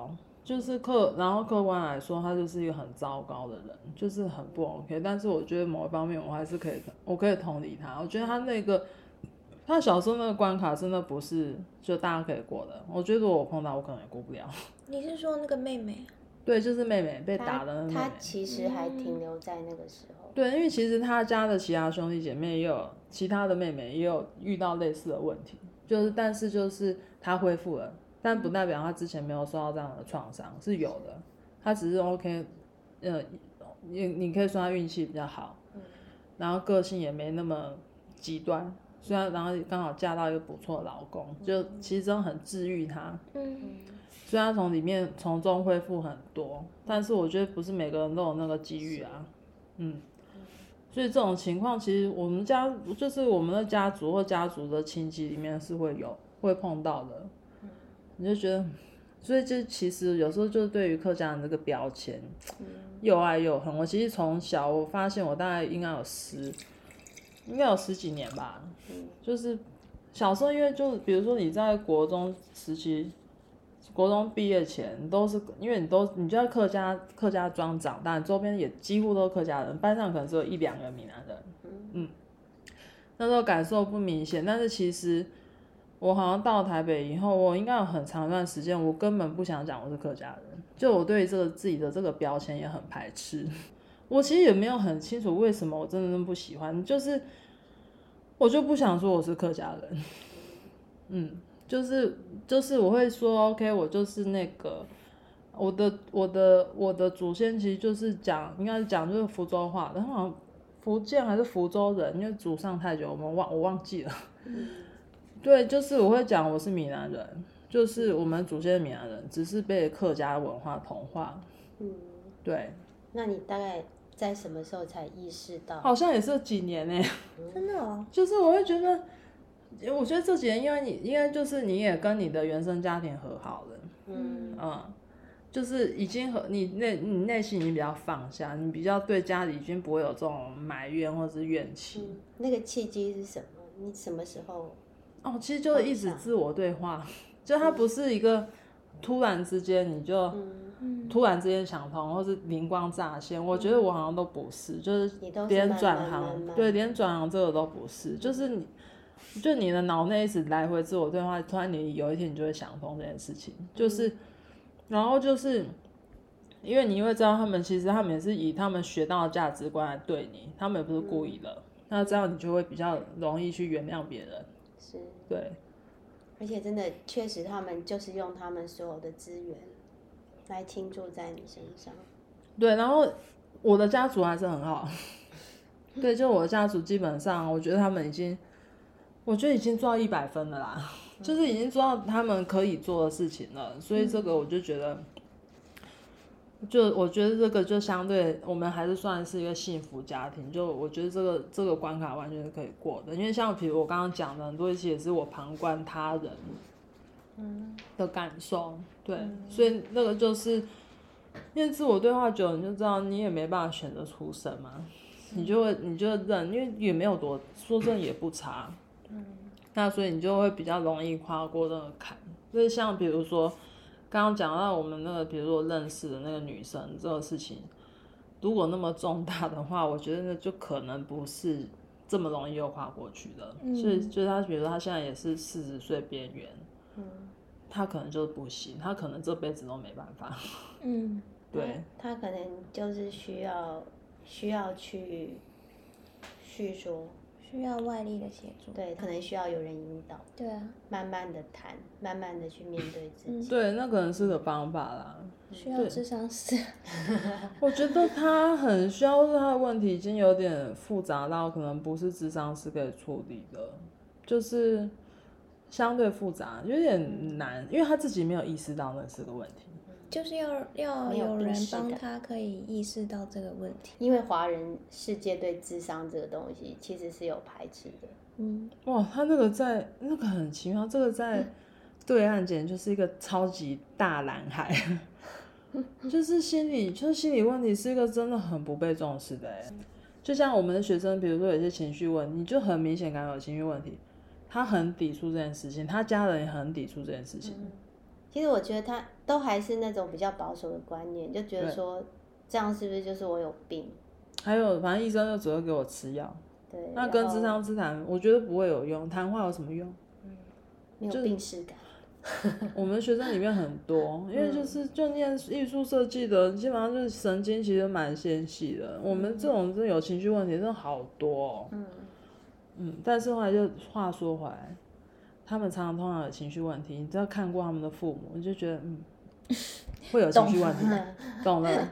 就是客，然后客观来说，他就是一个很糟糕的人，就是很不 OK。但是我觉得某一方面我还是可以，我可以同理他。我觉得他那个，他小时候那个关卡真的不是就大家可以过的。我觉得如果我碰到，我可能也过不了。 你是说那个妹妹？ 对，就是妹妹被打的那个妹妹。 他其实还停留在那个时候。 对，因为其实他家的其他兄弟姐妹也有，其他的妹妹也有遇到类似的问题，就是但是就是他恢复了。但不代表他之前没有受到这样的创伤，是有的。他只是 OK， 呃，你你可以说他运气比较好，嗯，然后个性也没那么极端，虽然然后刚好嫁到一个不错的老公，就其实真的很治愈他。嗯，虽然从里面从中恢复很多，但是我觉得不是每个人都有那个机遇啊，嗯。所以这种情况，其实我们家就是我们的家族或家族的亲戚里面是会有会碰到的。你就觉得，所以就其实有时候就对于客家人这个标签，又爱又恨。我其实从小我发现我大概应该有十，应该有十几年吧。就是小时候因为就比如说你在国中时期，国中毕业前都是因为你都你就在客家客家庄长大，周边也几乎都是客家人，班上可能只有一两个闽南人。嗯，那时候感受不明显，但是其实。我好像到台北以后，我应该有很长一段时间，我根本不想讲我是客家人，就我对这个自己的这个标签也很排斥。我其实也没有很清楚为什么我真的那么不喜欢，就是我就不想说我是客家人，嗯，就是就是我会说 OK， 我就是那个我的我的我的祖先其实就是讲应该是讲就是福州话，然后好像福建还是福州人，因为祖上太久，我们忘我忘记了。对，就是我会讲我是闽南人，就是我们祖先的闽南人，只是被客家文化同化。嗯，对。 那你大概在什么时候才意识到？ 好像也是几年呢、欸。 真的哦。 就是我会觉得，我觉得这几年因为你，因为就是你也跟你的原生家庭和好了，嗯嗯，就是已经和你内你内心已经比较放下，你比较对家里已经不会有这种埋怨或是怨气。 嗯、那个契机是什么？你什么时候？ 哦，其实就是一直自我对话，就它不是一个突然之间你就突然之间想通，或是灵光乍现。我觉得我好像都不是，就是连转行，对，连转行这个都不是，就是你，就你的脑内一直来回自我对话，突然你有一天你就会想通这件事情，就是，然后就是因为你会知道他们其实他们也是以他们学到的价值观来对你，他们也不是故意的，那这样你就会比较容易去原谅别人。 是， 对， 而且真的确实，他们就是用他们所有的资源来倾注在你身上。 对，然后我的家族还是很好，对，就我的家族基本上，我觉得他们已经，我觉得已经做到一百分了啦，嗯、就是已经做到他们可以做的事情了，所以这个我就觉得。就我觉得这个就相对我们还是算是一个幸福家庭，就我觉得这个这个关卡完全是可以过的，因为像比如我刚刚讲的很多一些也是我旁观他人的感受，对，嗯、所以那个就是因为自我对话久，你就知道你也没办法选择出身嘛，你就会你就认，因为也没有多说真的也不差，嗯，那所以你就会比较容易跨过那个坎，就是像比如说。刚刚讲到我们那个，比如说认识的那个女生这个事情，如果那么重大的话，我觉得那就可能不是这么容易又跨过去的。嗯、所以就是他，比如说他现在也是四十岁边缘，嗯，他可能就是不行，他可能这辈子都没办法。嗯，对他，他可能就是需要需要去叙说。 需要外力的协助， 对，可能需要有人引导， 对啊， 慢慢的谈，慢慢的去面对自己， 嗯、对，那可能是个方法啦。 需要諮商師。 我觉得他很需要，是他的问题已经有点复杂到可能不是諮商師可以处理的，就是相对复杂，有点难，因为他自己没有意识到那是个问题。 就是要要有人帮他可以意识到这个问题， 因为华人世界对諮商这个东西其实是有排斥的。 嗯，哇，他那个在那个很奇妙，这个在对岸简直就是一个超级大蓝海，就是心理就是心理问题是一个真的很不被重视的哎，就像我们的学生，比如说有些情绪问题，你就很明显感觉有情绪问题，他很抵触这件事情，他家人也很抵触这件事情。 嗯其实我觉得他都还是那种比较保守的观念，就觉得说这样是不是就是我有病？ 还有，反正医生就只会给我吃药。 对， 那跟諮商之谈，我觉得不会有用，谈话有什么用？ 嗯，没有病耻感。 我们学生里面很多，因为就是就念艺术设计的，基本上就是神经其实蛮纤细的。我们这种真的有情绪问题真的好多、哦。嗯嗯，但是后来就话说回来，他们常常通常有情绪问题，你只要看过他们的父母，你就觉得嗯，会有情绪问题，懂了。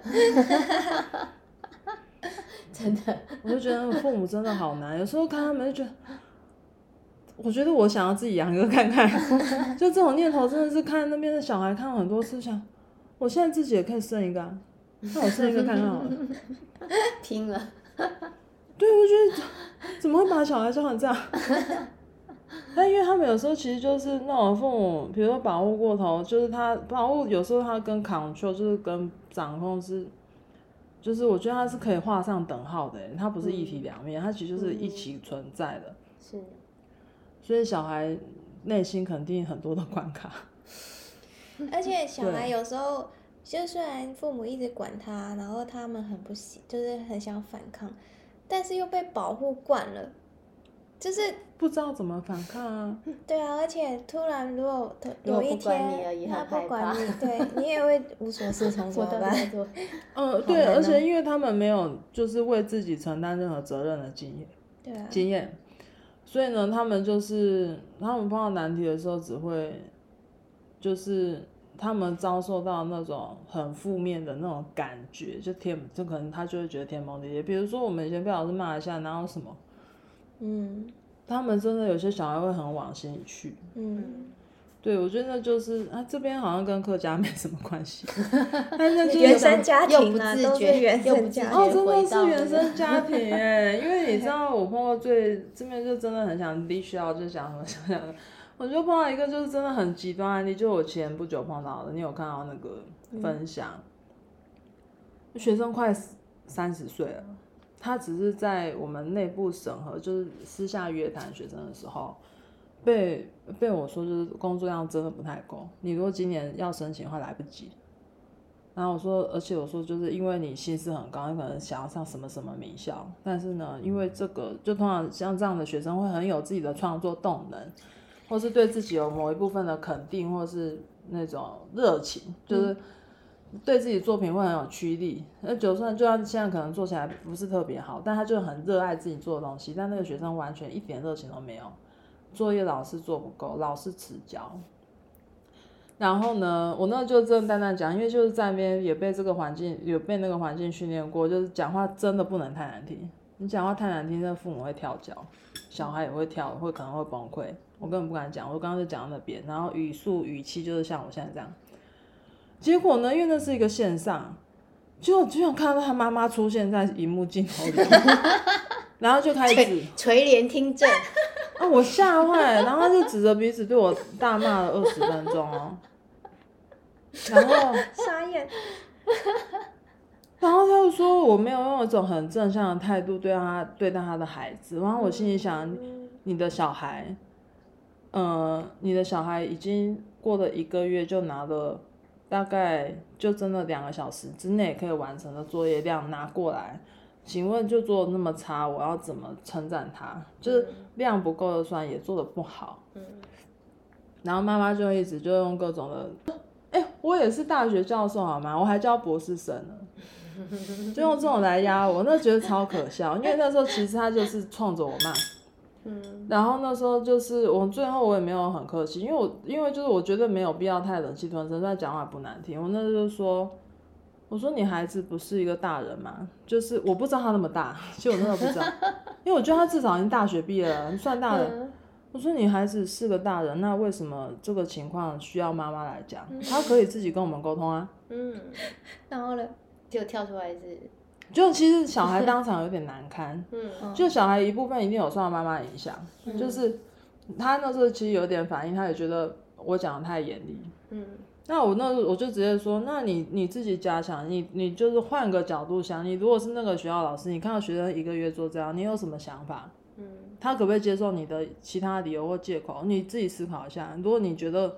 真的， 我就觉得父母真的好难，有时候看他们就觉得。我觉得我想要自己养一个看看，就这种念头真的是看那边的小孩看了很多次，想我现在自己也可以生一个、啊，那我生一个看看好了。 拼了。 对，我觉得怎么会把小孩教成这样？但因为他们有时候其实就是那种父母，比如说保护过头，就是他保护有时候他跟 control 就是跟掌控是，就是我觉得他是可以画上等号的，他不是一体两面，他其实就是一起存在的。 是。 所以小孩内心肯定很多的关卡， 而且小孩有时候就虽然父母一直管他，然后他们很不喜，就是很想反抗，但是又被保护惯了，就是不知道怎么反抗啊。 对啊，而且突然如果有一天他不管你，对你也会无所适从，怎么办？ 嗯，对，而且因为他们没有就是为自己承担任何责任的经验， 对啊， 经验。所以呢，他们就是他们碰到难题的时候，只会就是他们遭受到那种很负面的那种感觉，就天就可能他就会觉得天崩地裂。比如说我们以前被老师骂一下，哪有什么？嗯，他们真的有些小孩会很往心里去。嗯，对，我觉得那就是啊，这边好像跟客家没什么关系，但是就是原生家庭啊，都是原生家庭， 哦，真的是原生家庭哎，因为你知道我碰到最这边就真的很想离校，就想什么想想的，我就碰到一个就是真的很极端案例，就我前不久碰到的，你有看到那个分享，嗯、学生快三十岁了，他只是在我们内部审核，就是私下约谈学生的时候。被被我说就是工作量真的不太够，你如果今年要申请的话来不及。然后我说，而且我说就是因为你心思很高，你可能想要上什么什么名校，但是呢，因为这个就通常像这样的学生会很有自己的创作动能，或是对自己有某一部分的肯定，或是那种热情，就是对自己作品会很有驱力。那就算就算现在可能做起来不是特别好，但他就很热爱自己做的东西，但那个学生完全一点热情都没有。作业老师做不够，老师迟交。然后呢，我那就真的淡淡讲，因为就是在那边也被这个环境，有被那个环境训练过，就是讲话真的不能太难听。你讲话太难听，那父母会跳脚，小孩也会跳，会可能会崩溃。我根本不敢讲，我刚刚就讲到那边，然后语速语气就是像我现在这样。结果呢，因为那是一个线上，结果就想看到他妈妈出现在荧幕镜头里，然后就开始垂帘听政。 啊！我吓坏，然后他就指着鼻子对我大骂了二十分钟哦，然后傻眼， 然后他就说我没有用一种很正向的态度对他对待他的孩子，然后我心里想，你的小孩，呃，你的小孩已经过了一个月就拿了大概就真的两个小时之内可以完成的作业量拿过来。请问就做的那么差，我要怎么称赞他？就是量不够就算，也做的不好。嗯。然后妈妈就一直就用各种的，哎、欸，我也是大学教授好吗？我还教博士生呢，就用这种来压我，那觉得超可笑。因为那时候其实他就是冲着我骂。嗯。然后那时候就是我最后我也没有很客气，因为我因为就是我觉得没有必要太忍气吞声，但讲话不难听。我那时候就说。我说你孩子不是一个大人吗？就是我不知道他那么大，其实我真的不知道，因为我觉得他至少已经大学毕业了，算大人。嗯、我说你孩子是个大人，那为什么这个情况需要妈妈来讲？嗯、他可以自己跟我们沟通啊。嗯， 然后呢，就跳出来是， 就其实小孩当场有点难堪。嗯，就小孩一部分一定有受到妈妈影响，嗯、就是他那时候其实有点反应，他也觉得我讲的太严厉。嗯。那我那我就直接说，那你你自己加强，你你就是换个角度想，你如果是那个学校老师，你看到学生一个月做这样，你有什么想法？嗯，他可不可以接受你的其他理由或借口？你自己思考一下。如果你觉得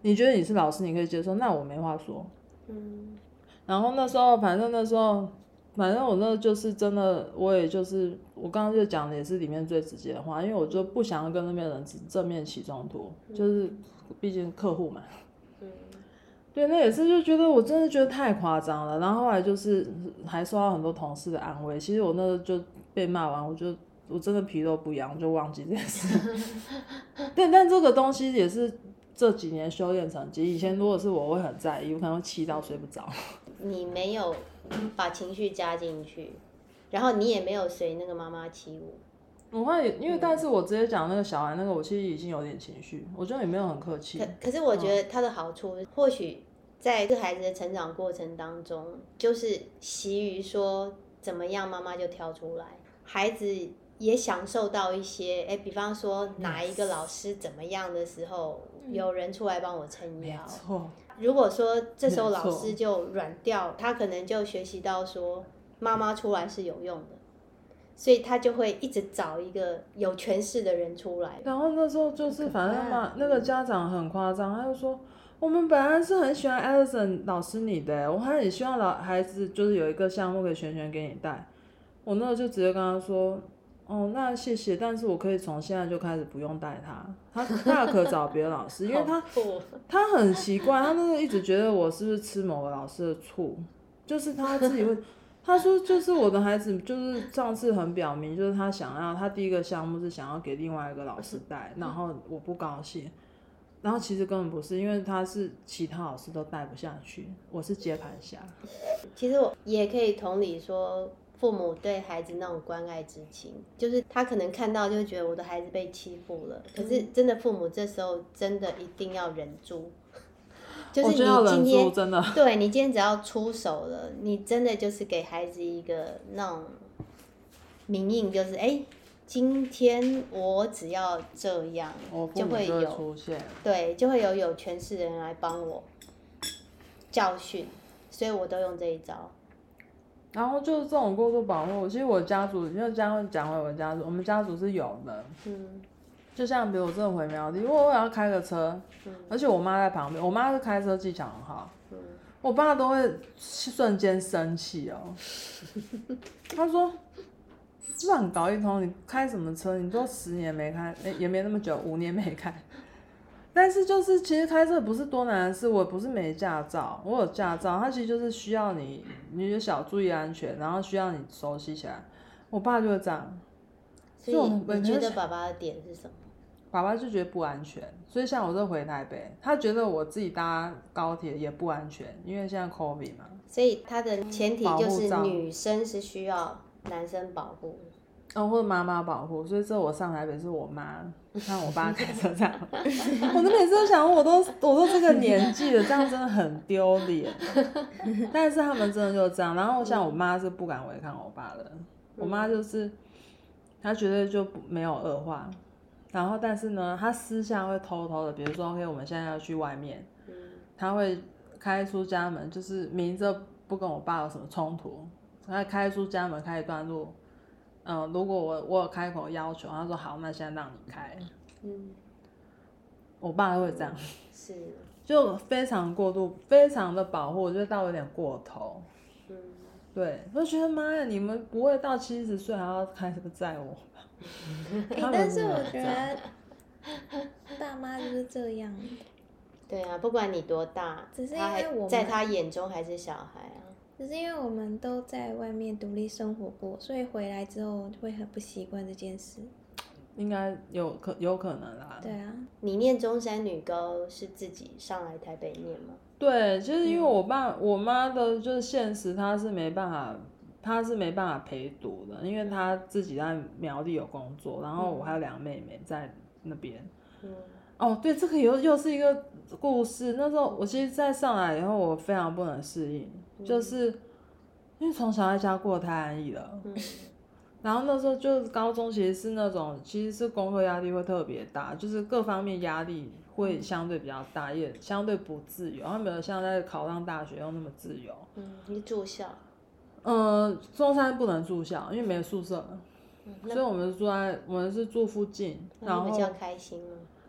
你觉得你是老师，你可以接受，那我没话说。 嗯， 然后那时候，反正那时候，反正我那就是真的，我也就是我刚刚就讲的也是里面最直接的话，因为我就不想要跟那边人正面起冲突，就是毕竟客户嘛。 嗯， 对，那也是就觉得我真的觉得太夸张了。然后后来就是还受到很多同事的安慰，其实我那时候就被骂完，我就我真的皮都不痒，就忘记这件事。对，但这个东西也是这几年修炼成绩。以前如果是我，我会很在意，我可能会气到睡不着。 你没有把情绪加进去，然后你也没有随那个妈妈起舞。 我会，因为但是我直接讲那个小孩那个，我其实已经有点情绪，我觉得也没有很客气。 可可是我觉得它的好处，嗯、或许在这个孩子的成长过程当中，就是习于说怎么样，妈妈就挑出来，孩子也享受到一些，哎，比方说哪一个老师怎么样的时候，嗯、有人出来帮我撑腰。 没错。 如果说这时候老师就软掉，他可能就学习到说妈妈出来是有用的。所以他就会一直找一个有权势的人出来。 然后那时候就是反正嘛，那个家长很夸张，他就说我们本来是很喜欢 Alison 老师你的，我还很希望老孩子就是有一个项目可以全权给你带。我那时候就直接跟他说，哦，那谢谢，但是我可以从现在就开始不用带他，他大可找别的老师，因为他他很奇怪，他那时候一直觉得我是不是吃某个老师的醋，就是他自己会。他说就是我的孩子就是上次很表明，就是他想要他第一个项目是想要给另外一个老师带，然后我不高兴，然后其实根本不是，因为他是其他老师都带不下去，我是接盘侠。 其实我也可以同理说，父母对孩子那种关爱之情，就是他可能看到就觉得我的孩子被欺负了，可是真的父母这时候真的一定要忍住。就是你今天真的， 对你今天只要出手了，你真的就是给孩子一个那种明印，就是哎、欸，今天我只要这样，就会有出现， 对，就会有有权势的人来帮我教训，所以我都用这一招。 然后就是这种过度保护，其实我家族，因为讲讲回我家族，我们家族是有的，嗯。就像比如我真的回苗栗，如果我要开个车，嗯、而且我妈在旁边，我妈是开车技巧很好，嗯、我爸都会瞬间生气哦。他说乱搞一通，你开什么车？你都十年没开，也没那么久，五年没开。但是就是其实开车不是多难的事，我不是没驾照，我有驾照，它其实就是需要你，你就小注意安全，然后需要你熟悉起来。我爸就会这样。 所以你觉得爸爸的点是什么？ 爸爸就觉得不安全，所以像我这回台北，他觉得我自己搭高铁也不安全，因为现在 COVID 嘛。 所以他的前提就是女生是需要男生保护， 哦，或者妈妈保护。所以这我上台北是我妈，看我爸开车这样，我都每次都想，我都我都这个年纪了，这样真的很丢脸。但是他们真的就这样，然后像我妈是不敢违抗我爸的，我妈就是她绝对就没有恶化。然后，但是呢，他私下会偷偷的，比如说 ，OK， 我们现在要去外面，嗯、他会开出家门，就是明着不跟我爸有什么冲突，他开出家门开一段路，嗯、呃，如果我我有开口要求，他说好，那现在让你开，嗯，我爸会这样， 是， 就非常过度，非常的保护，我觉得到有点过头，嗯，对，我就觉得妈呀，你们不会到七十岁还要开车载我？ 欸、但是我觉得大妈就是这样。 对啊，不管你多大， 只是因为我们在他眼中还是小孩啊。 只是因为我们都在外面独立生活过，所以回来之后会很不习惯这件事。 应该有可有可能啦。 对啊。 你念中山女高是自己上来台北念吗？ 对，就是因为我爸、嗯、我妈的就是现实，她是没办法。他是没办法陪读的，因为他自己在苗栗有工作，然后我还有两个妹妹在那边。嗯，哦，对，这个又又是一个故事。那时候我其实，在上来以后，我非常不能适应，嗯、就是因为从小在家过得太安逸了。嗯，然后那时候就高中，其实是那种其实是功课压力会特别大，就是各方面压力会相对比较大，也相对不自由，他没有像在考上大学又那么自由。 嗯，你住校？ 呃，中山不能住校，因为没有宿舍，嗯、所以我们住在我们是住附近， 然后比较开心吗？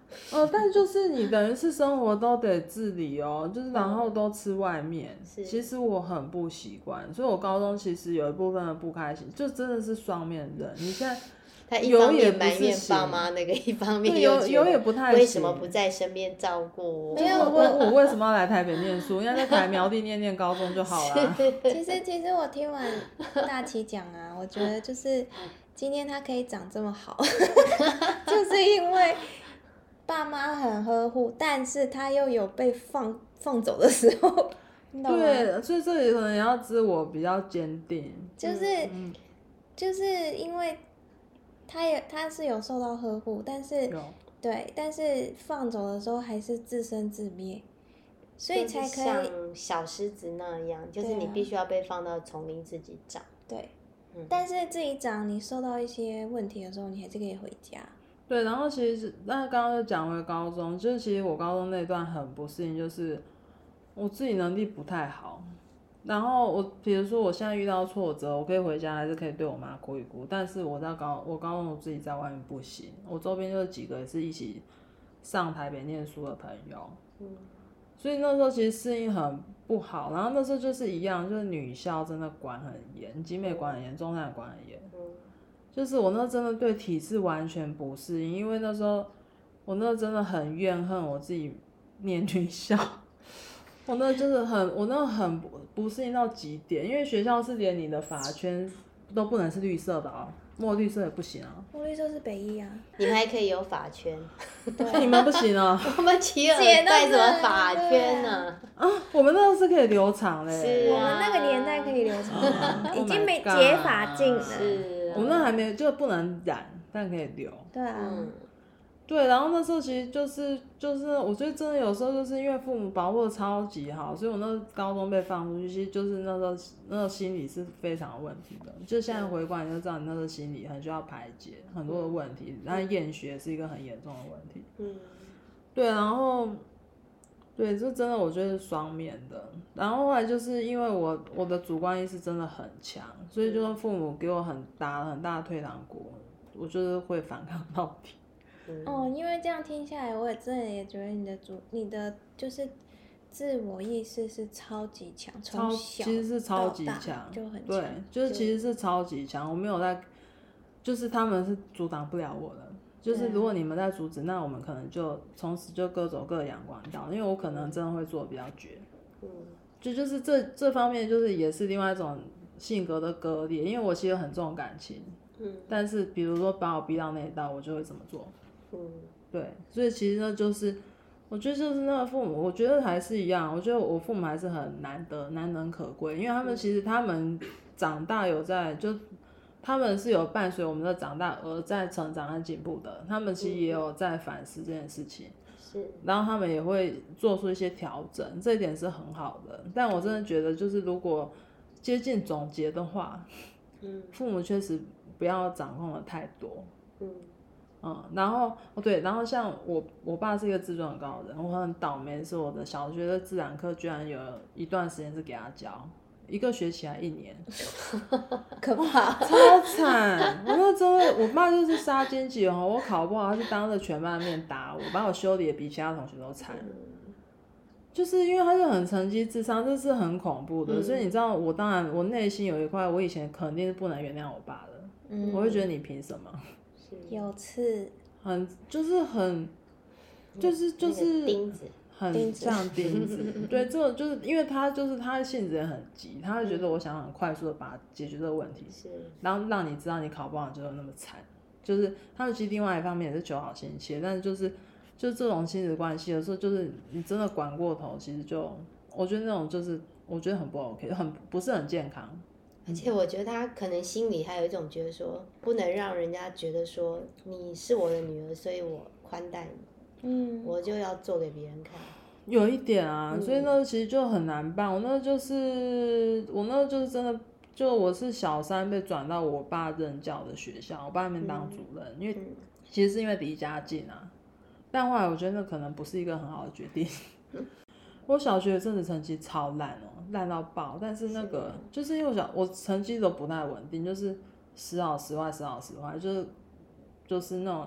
呃，但就是你等于是生活都得自理哦，就是然后都吃外面， 是其实我很不习惯，所以我高中其实有一部分的不开心，就真的是双面人。你现在他一方有也不面埋怨是行爸妈那个，一方面对又觉得有有也不太为什么行不在身边照顾我？ 没有我我我为什么要来台北念书？应该在台苗栗念念高中就好啦。 其实其实我听完大齐讲啊，我觉得就是今天他可以长这么好，就是因为爸妈很呵护，但是他又有被放放走的时候，你懂吗？ 对，所以这里可能要知我比较坚定。 就是、 嗯就是因为他也他是有受到呵护，但是有对，但是放走的时候还是自生自灭，所以才可就是以像小狮子那样，就是你对啊必须要被放到丛林自己长。 对。 嗯但是自己长，你受到一些问题的时候，你还是可以回家。 对，然后其实那刚刚就讲回高中，就是其实我高中那段很不适应，就是我自己能力不太好。然后我比如说我现在遇到挫折，我可以回家还是可以对我妈哭一哭，但是我在高我高中我自己在外面不行，我周边就是几个也是一起上台北念书的朋友， 嗯所以那时候其实适应很不好。然后那时候就是一样，就是女校真的管很严，集美管很严，中山也管很严。 嗯就是我那真的对体制完全不适应，因为那时候我那真的很怨恨我自己念女校，我那真的很我那很不不适应到极点，因为学校是连你的发圈都不能是绿色的啊，墨绿色也不行啊， 墨绿色是北一啊， 你们还可以有发圈， 你们不行啊我们齐尔姐那戴什么是发圈呢、 啊，我们那个是可以留长嘞， 是我们那个年代可以留长啊， Oh 已经没 my god 解发禁了。 是、啊， 我们那还没就不能染，但可以留。 对啊， 嗯， 对，然后那时候其实就是就是，我觉得真的有时候就是因为父母保护的超级好，所以我那时候高中被放出去，其实就是那时候那时候心理是非常有问题的。就现在回观你就知道，你那时候心理很需要排解很多的问题，然后厌学是一个很严重的问题。 嗯， 对，然后对，这真的我觉得是双面的。然后后来就是因为我我的主观意识真的很强，所以就是父母给我很大很大的退堂鼓，我就是会反抗到底。 哦，因为这样听下来，我也真的也觉得你的主，你的就是自我意识是超级强， 超从小其实是超级到大强， 就很强， 对，就是其实是超级强。我没有在，就是他们是阻挡不了我的。就是如果你们在阻止，那我们可能就从此就各走各的阳关道，因为我可能真的会做的比较绝。 嗯， 就就是这这方面就是也是另外一种性格的割裂，因为我其实很重感情， 嗯， 但是比如说把我逼到那一道，我就会这么做。 嗯， 对，所以其实呢，就是我觉得就是那个父母，我觉得还是一样，我觉得我父母还是很难得、难能可贵，因为他们其实他们长大有在，就他们是有伴随我们的长大而在成长和进步的，他们其实也有在反思这件事情， 是， 然后他们也会做出一些调整，这一点是很好的。但我真的觉得，就是如果接近总结的话， 嗯， 父母确实不要掌控的太多。 嗯。 嗯，然后哦对，然后像我我爸是一个自尊很高的人，我很倒霉，是我的小学的自然课居然有一段时间是给他教，一个学期还一年， 可怕。 超惨！我那真的，我爸就是杀奸计哦，我考不好，他是当着全班的面打我，把我修理的比其他同学都惨。就是因为他是很成绩智商，这是很恐怖的， 嗯所以你知道，我当然我内心有一块，我以前肯定是不能原谅我爸的， 嗯我会觉得你凭什么？ 有刺， 很就是很就是就那是个钉子， 很钉子像钉子，对，这种就是因为他就是他的性子也很急，他会觉得我想很快速的把解决这个问题， 是， 然后让你知道你考不好就有那么惨，就是他们其实另外一方面也是求好心切，但是就是就这种亲子关系有时候就是你真的管过头，其实就我觉得那种就是我觉得很不 OK， 很不是很健康。 而且我觉得他可能心里还有一种觉得说，不能让人家觉得说你是我的女儿，所以我宽待你， 嗯， 我就要做给别人看。 有一点啊，所以那其实就很难办。我那就是我那就是真的，就我是小三被转到我爸任教的学校，我爸那边当主任，因为其实是因为离家近啊。但后来我觉得那可能不是一个很好的决定。我小学的政治成绩超烂哦，烂到爆。但是那个就是因为我小我成绩都不太稳定，就是时好时坏，时好时坏，就是就是那种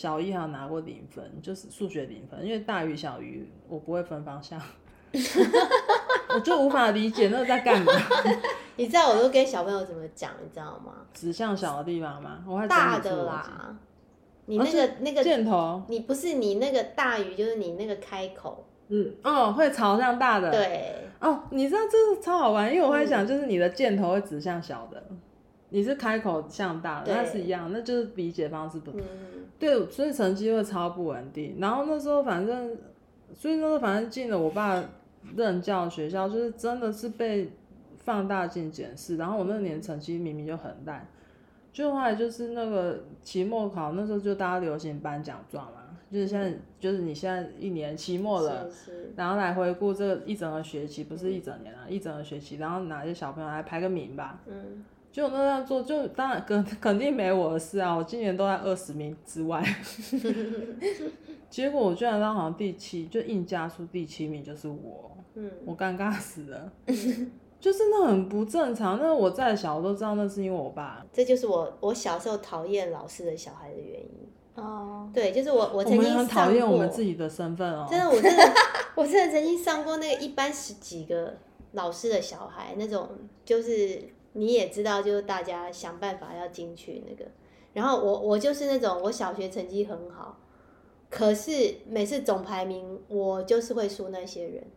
小一还有拿过零分，就是数学零分，因为大于小于我不会分方向，我就无法理解那个在干嘛。 你知道我都跟小朋友怎么讲，你知道吗？ 指向小的地方吗？我还大的啦，你那个、 哦、 那个箭头， 你不是你那个大于就是你那个开口， 嗯，哦，会朝向大的， 对， 哦，你知道这是超好玩，因为我会想，就是你的箭头会指向小的，嗯、你是开口向大的，那是一样，那就是理解方式不同。嗯、对，所以成绩会超不稳定。然后那时候反正，所以那时候反正进了我爸任教学校，就是真的是被放大镜检视。然后我那年成绩明明就很烂，就后来就是那个期末考，那时候就大家流行颁奖状嘛。就是现在，嗯、就是你现在一年期末了， 是是然后来回顾这个一整个学期，不是一整年啊，嗯、一整个学期，然后哪些小朋友来排个名吧。嗯，就那样做，就当然肯肯定没我的事啊，我今年都在二十名之外。结果我居然到好像第七，就硬加出第七名就是我，嗯，我尴尬死了。就是那很不正常，那我再小我都知道那是因为我爸。 这就是我我小时候讨厌老师的小孩的原因。哦，对，就是我我曾经上过，我们很讨厌我们自己的身份哦。 真的，我真的我真的曾经上过那个一班十几个老师的小孩，那种就是你也知道，就是大家想办法要进去那个。然后我我就是那种我小学成绩很好，可是每次总排名我就是会输那些人。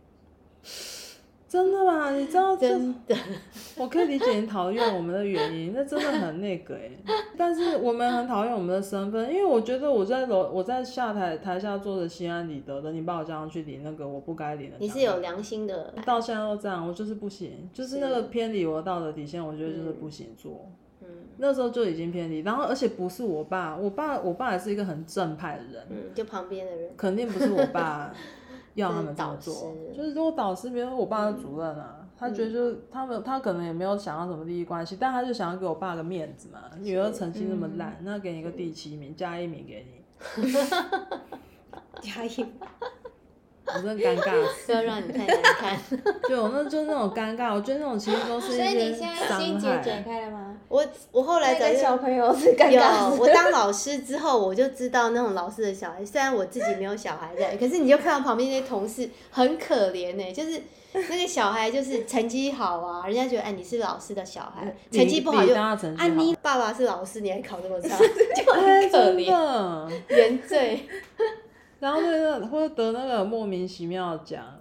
真的吗？你知道真的， 我可以理解你讨厌我们的原因，那真的很那个哎。但是我们很讨厌我们的身份，因为我觉得我在楼我在下台台下坐着心安理得的，你把我叫上去领那个我不该领的。 你是有良心的， 到现在都这样，我就是不行，就是那个偏离我的道德底线，我觉得就是不行做。嗯，那时候就已经偏离，然后而且不是我爸，我爸我爸也是一个很正派的人， 嗯，就旁边的人， 肯定不是我爸。要他们这么做，就是如果导师，比如说我爸是主任啊，嗯、他觉得就是他们，他可能也没有想要什么利益关系，但他就想要给我爸个面子嘛。女儿成绩那么烂，嗯、那给你个第七名，加一名给你， 加一名， 我真的尴尬死， 不要让你太难看。 对，我那就是那种尴尬，我觉得那种其实都是一些伤害。 所以你现在心结解开了吗？ 我我后来找小朋友是尴尬。 有，我当老师之后，我就知道那种老师的小孩，虽然我自己没有小孩在，可是你就看到旁边那些同事很可怜呢、欸，就是那个小孩就是成绩好啊，人家觉得哎你是老师的小孩，成绩不好就啊你爸爸是老师你还考这么差，就很可怜，原罪。 然后那个或者得那个莫名其妙的奖。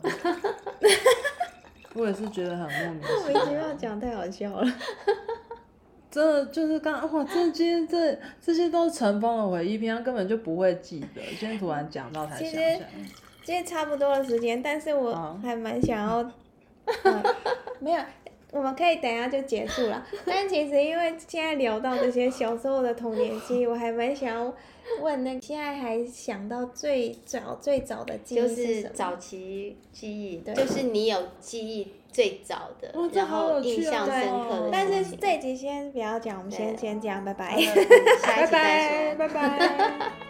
我也是觉得很莫名其妙。 莫名其妙讲太好笑了。 真的就是刚哇，这今天这这些都是尘封的回忆，平常根本就不会记得，今天突然讲到才想起来。 其实差不多的时间，但是我还蛮想要，呃、没有，我们可以等一下就结束了。但其实因为现在聊到这些小时候的童年记忆，我还蛮想要问那个，现在还想到最早最早的记忆是什么？ 就是早期记忆，就是你有记忆最早的，哦、然后印象深刻的。 但是这一集先不要讲，我们先先这样，拜拜， 下一集再说， 拜拜。拜拜